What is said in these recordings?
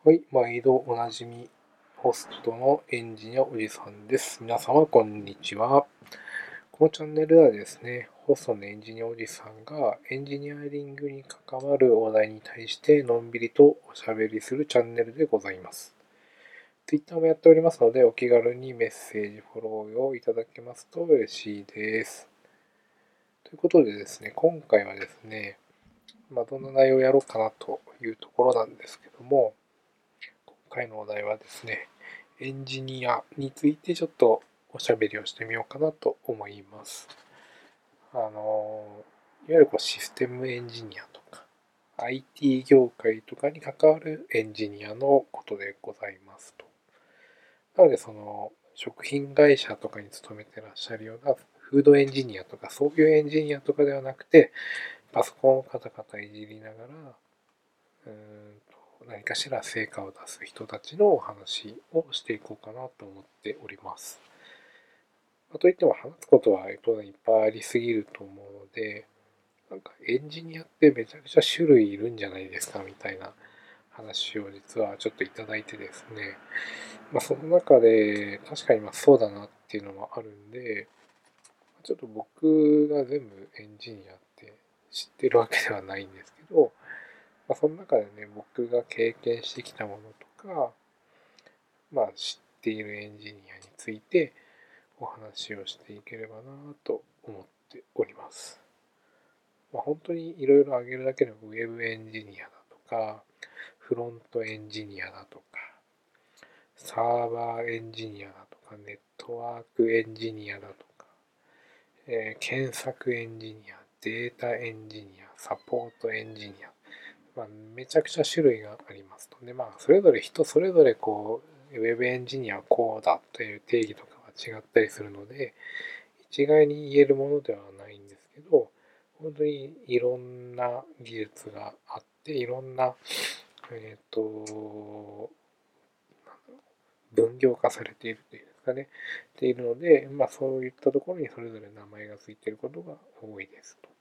はい、毎度おなじみ、ホストのエンジニアおじさんです。皆様、こんにちは。このチャンネルではですね、ホストのエンジニアおじさんがエンジニアリングに関わる話題に対してのんびりとおしゃべりするチャンネルでございます。Twitter もやっておりますので、お気軽にメッセージ、フォローをいただけますと嬉しいです。ということでですね、今回はですね、どんな内容をやろうかなというところなんですけども、今回のお題はですね、エンジニアについてちょっとおしゃべりをしてみようかなと思います。いわゆるシステムエンジニアとか、IT 業界とかに関わるエンジニアのことでございますと。なので、食品会社とかに勤めてらっしゃるようなフードエンジニアとか、そういうエンジニアとかではなくて、パソコンをカタカタいじりながら、何かしら成果を出す人たちのお話をしていこうかなと思っております。といっても話すことはいっぱいありすぎると思うので、エンジニアってめちゃくちゃ種類いるんじゃないですかみたいな話を実はちょっといただいてですね、その中で確かにそうだなっていうのもあるんで、ちょっと僕が全部エンジニアって知ってるわけではないんですけど、その中でね、僕が経験してきたものとか、知っているエンジニアについてお話をしていければなと思っております。本当にいろいろ挙げるだけでもウェブエンジニアだとか、フロントエンジニアだとか、サーバーエンジニアだとか、ネットワークエンジニアだとか、検索エンジニア、データエンジニア、サポートエンジニア、めちゃくちゃ種類がありますと。で、それぞれ人それぞれウェブエンジニアはこうだという定義とかは違ったりするので、一概に言えるものではないんですけど、本当にいろんな技術があって、いろんな、えっ、と、分業化されているというんですかね、っているので、そういったところにそれぞれ名前がついていることが多いですと。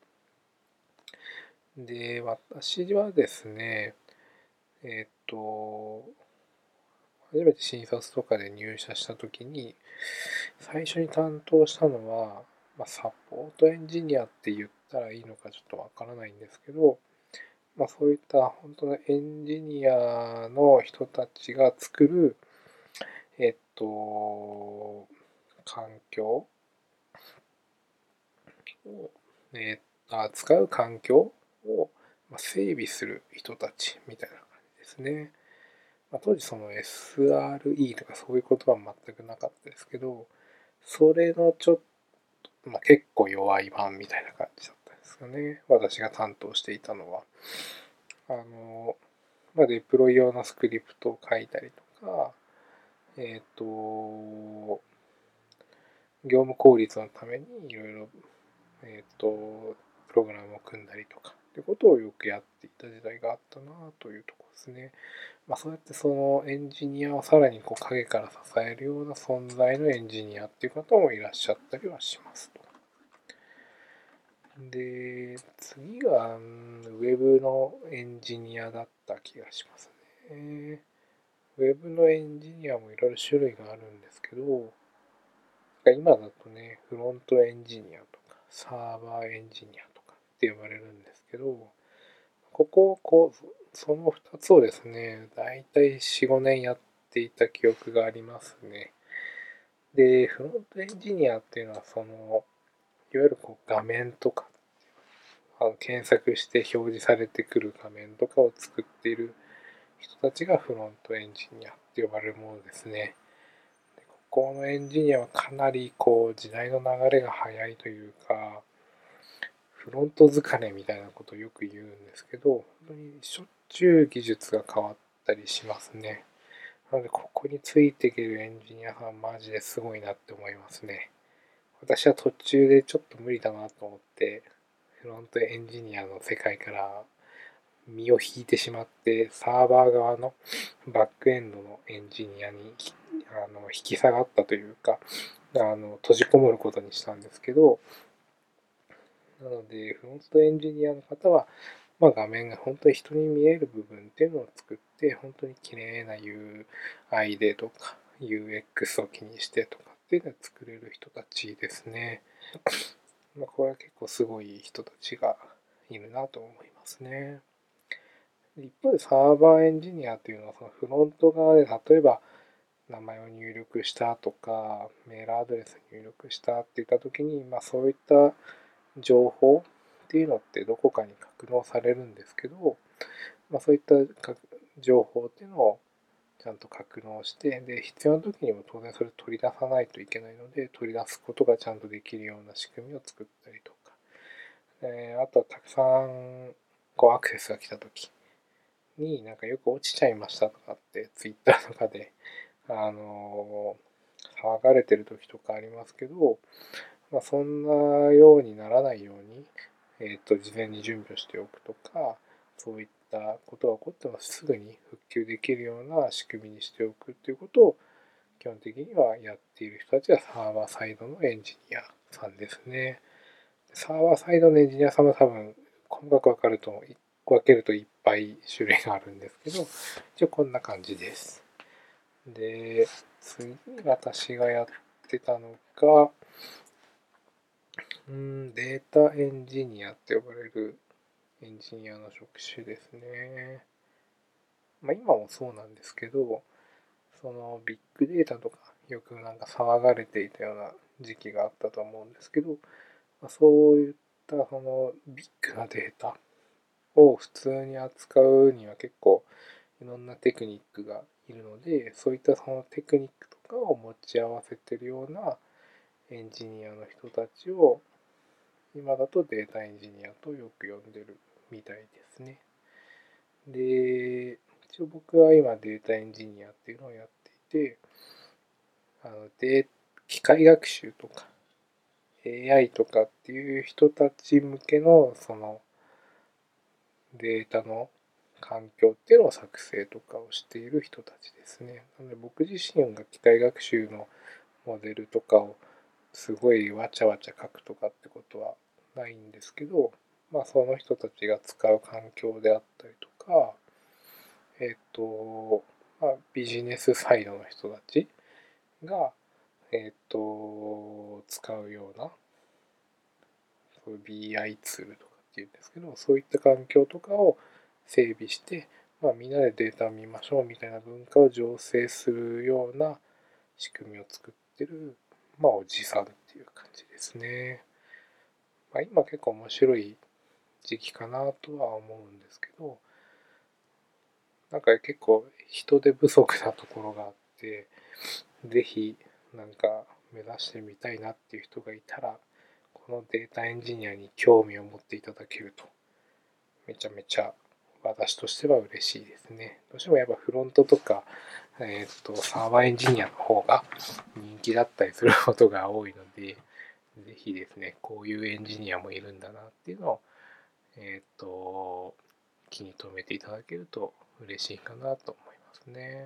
で、私はですね、えっと、初めて新卒とかで入社した時に、最初に担当したのは、サポートエンジニアって言ったらいいのかちょっとわからないんですけど、そういった本当のエンジニアの人たちが作る、えっと、環境を、使う環境を整備する人たちみたいな感じですね。当時SRE とかそういう言葉は全くなかったですけど、それのちょっと、結構弱い版みたいな感じだったんですよね。私が担当していたのは。あの、デプロイ用のスクリプトを書いたりとか、えっ、と、業務効率のためにいろいろ、プログラムを組んだりとか、ってことをよくやっていた時代があったなというところですね。そうやってそのエンジニアをさらに陰から支えるような存在のエンジニアっていう方もいらっしゃったりはしますと。で、次が、ウェブのエンジニアだった気がしますね。ウェブのエンジニアもいろいろ種類があるんですけど、今だとね、フロントエンジニアとか、サーバーエンジニアとかって呼ばれるんですけど、その2つをですね、だいたい4、5年やっていた記憶がありますね。で、フロントエンジニアっていうのは、いわゆる画面とか、検索して表示されてくる画面とかを作っている人たちがフロントエンジニアって呼ばれるものですね。でここのエンジニアはかなり時代の流れが早いというか、フロント疲れみたいなことをよく言うんですけど、本当にしょっちゅう技術が変わったりしますね。なので、ここについていけるエンジニアさんマジですごいなって思いますね。私は途中でちょっと無理だなと思って、フロントエンジニアの世界から身を引いてしまって、サーバー側のバックエンドのエンジニアに引き下がったというか、閉じこもることにしたんですけど、なので、フロントエンジニアの方は、画面が本当に人に見える部分っていうのを作って、本当に綺麗な UI でとか UX を気にしてとかっていうのを作れる人たちですね。これは結構すごい人たちがいるなと思いますね。一方でサーバーエンジニアというのはそのフロント側で例えば名前を入力したとかメールアドレス入力したっていった時に、そういった情報っていうのってどこかに格納されるんですけど、そういった情報っていうのをちゃんと格納して、で、必要な時にも当然それを取り出さないといけないので、取り出すことがちゃんとできるような仕組みを作ったりとか、あとはたくさんアクセスが来た時になんかよく落ちちゃいましたとかってツイッターとかで、騒がれてる時とかありますけど、そんなようにならないように、事前に準備をしておくとか、そういったことが起こってもすぐに復旧できるような仕組みにしておくということを基本的にはやっている人たちはサーバーサイドのエンジニアさんですね。サーバーサイドのエンジニアさんは多分細かく分けるといっぱい種類があるんですけど、一応こんな感じです。で、次私がやってたのが、データエンジニアって呼ばれるエンジニアの職種ですね。今もそうなんですけど、そのビッグデータとかよくなんか騒がれていたような時期があったと思うんですけど、そういったそのビッグなデータを普通に扱うには結構いろんなテクニックがいるので、そういったそのテクニックとかを持ち合わせているようなエンジニアの人たちを今だとデータエンジニアとよく呼んでるみたいですね。で、一応僕は今データエンジニアっていうのをやっていて、機械学習とか AI とかっていう人たち向けのそのデータの環境っていうのを作成とかをしている人たちですね。なので僕自身が機械学習のモデルとかをすごいわちゃわちゃ書くとかってことはないんですけど、その人たちが使う環境であったりとか、ビジネスサイドの人たちが、使うような、そういう BI ツールとかっていうんですけど、そういった環境とかを整備して、みんなでデータを見ましょうみたいな文化を醸成するような仕組みを作ってる、おじさんっていう感じですね。今結構面白い時期かなとは思うんですけど、なんか結構人手不足なところがあって、ぜひなんか目指してみたいなっていう人がいたら、このデータエンジニアに興味を持っていただけると、めちゃめちゃ私としては嬉しいですね。どうしてもやっぱフロントとか、サーバーエンジニアの方が人気だったりすることが多いので、ぜひですね、こういうエンジニアもいるんだなっていうのを、気に留めていただけると嬉しいかなと思いますね。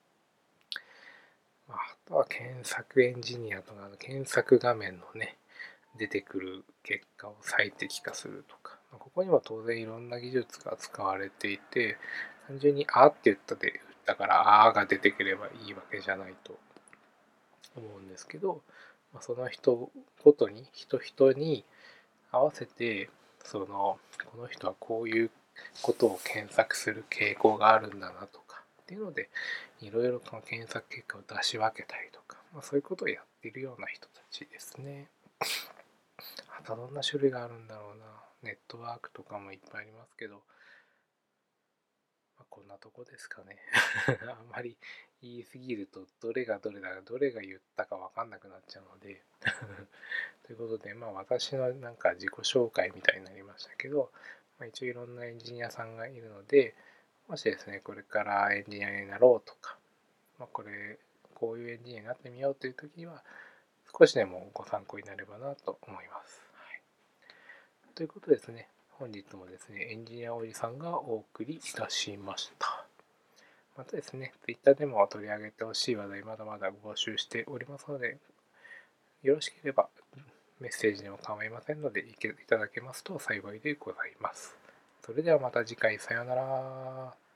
あとは検索エンジニアとか、検索画面のね、出てくる結果を最適化するとか、ここにも当然いろんな技術が使われていて、単純にあって言ったからあが出てくればいいわけじゃないと思うんですけど、その人ごとに人に合わせて、この人はこういうことを検索する傾向があるんだなとかっていうので、いろいろこの検索結果を出し分けたりとか、そういうことをやっているような人たちですね。あとどんな種類があるんだろうな。ネットワークとかもいっぱいありますけど、こんなとこですかね。あんまり言い過ぎると、どれがどれだか、どれが言ったかわかんなくなっちゃうので。ということで、私のなんか自己紹介みたいになりましたけど、一応いろんなエンジニアさんがいるので、もしですね、これからエンジニアになろうとか、こういうエンジニアになってみようという時には、少しでもご参考になればなと思います。はい、ということですね、本日もですね、エンジニアおじさんがお送りいたしました。またですね、Twitter でも取り上げてほしい話題まだまだ募集しておりますので、よろしければメッセージでも構いませんので、いただけますと幸いでございます。それではまた次回、さようなら。